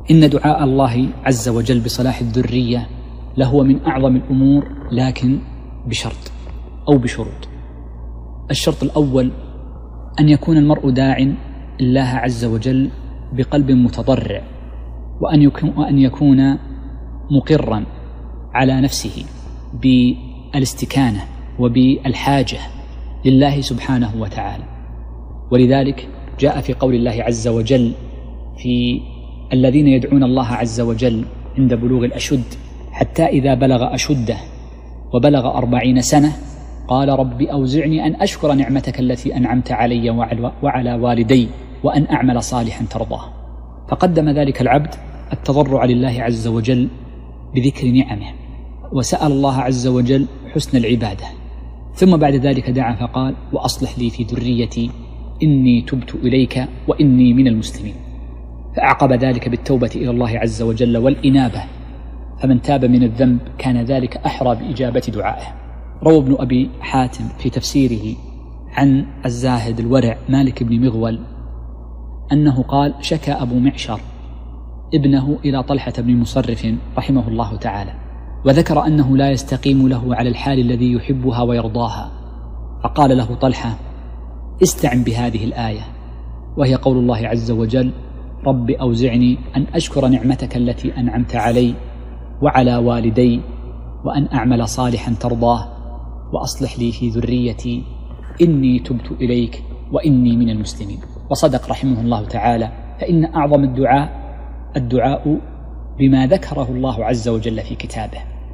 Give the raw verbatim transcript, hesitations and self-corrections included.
إن دعاء الله عز وجل بصلاح الذرية لهو من أعظم الأمور، لكن بشرط أو بشروط. الشرط الأول أن يكون المرء داع الله عز وجل بقلب متضرع، وأن يكون, وأن يكون مقرا على نفسه بالاستكانة وبالحاجة لله سبحانه وتعالى. ولذلك جاء في قول الله عز وجل في الذين يدعون الله عز وجل عند بلوغ الأشد حتى إذا بلغ أشده وبلغ أربعين سنة قال رب أوزعني أن أشكر نعمتك التي أنعمت علي وعلى والدي وأن أعمل صالحا ترضاه. فقدم ذلك العبد التضرع لله عز وجل بذكر نعمه، وسأل الله عز وجل حسن العبادة، ثم بعد ذلك دعا فقال وأصلح لي في ذريتي إني تبت إليك وإني من المسلمين. فأعقب ذلك بالتوبة إلى الله عز وجل والإنابة، فمن تاب من الذنب كان ذلك أحرى بإجابة دعائه. روى ابن أبي حاتم في تفسيره عن الزاهد الورع مالك بن مغول أنه قال شكى أبو معشر ابنه إلى طلحة بن مصرف رحمه الله تعالى، وذكر أنه لا يستقيم له على الحال الذي يحبها ويرضاها، فقال له طلحة استعن بهذه الآية، وهي قول الله عز وجل رب أوزعني أن أشكر نعمتك التي أنعمت علي وعلى والدي وأن أعمل صالحا ترضاه وأصلح لي في ذريتي إني تبت إليك وإني من المسلمين. وصدق رحمه الله تعالى، فإن أعظم الدعاء الدعاء بما ذكره الله عز وجل في كتابه.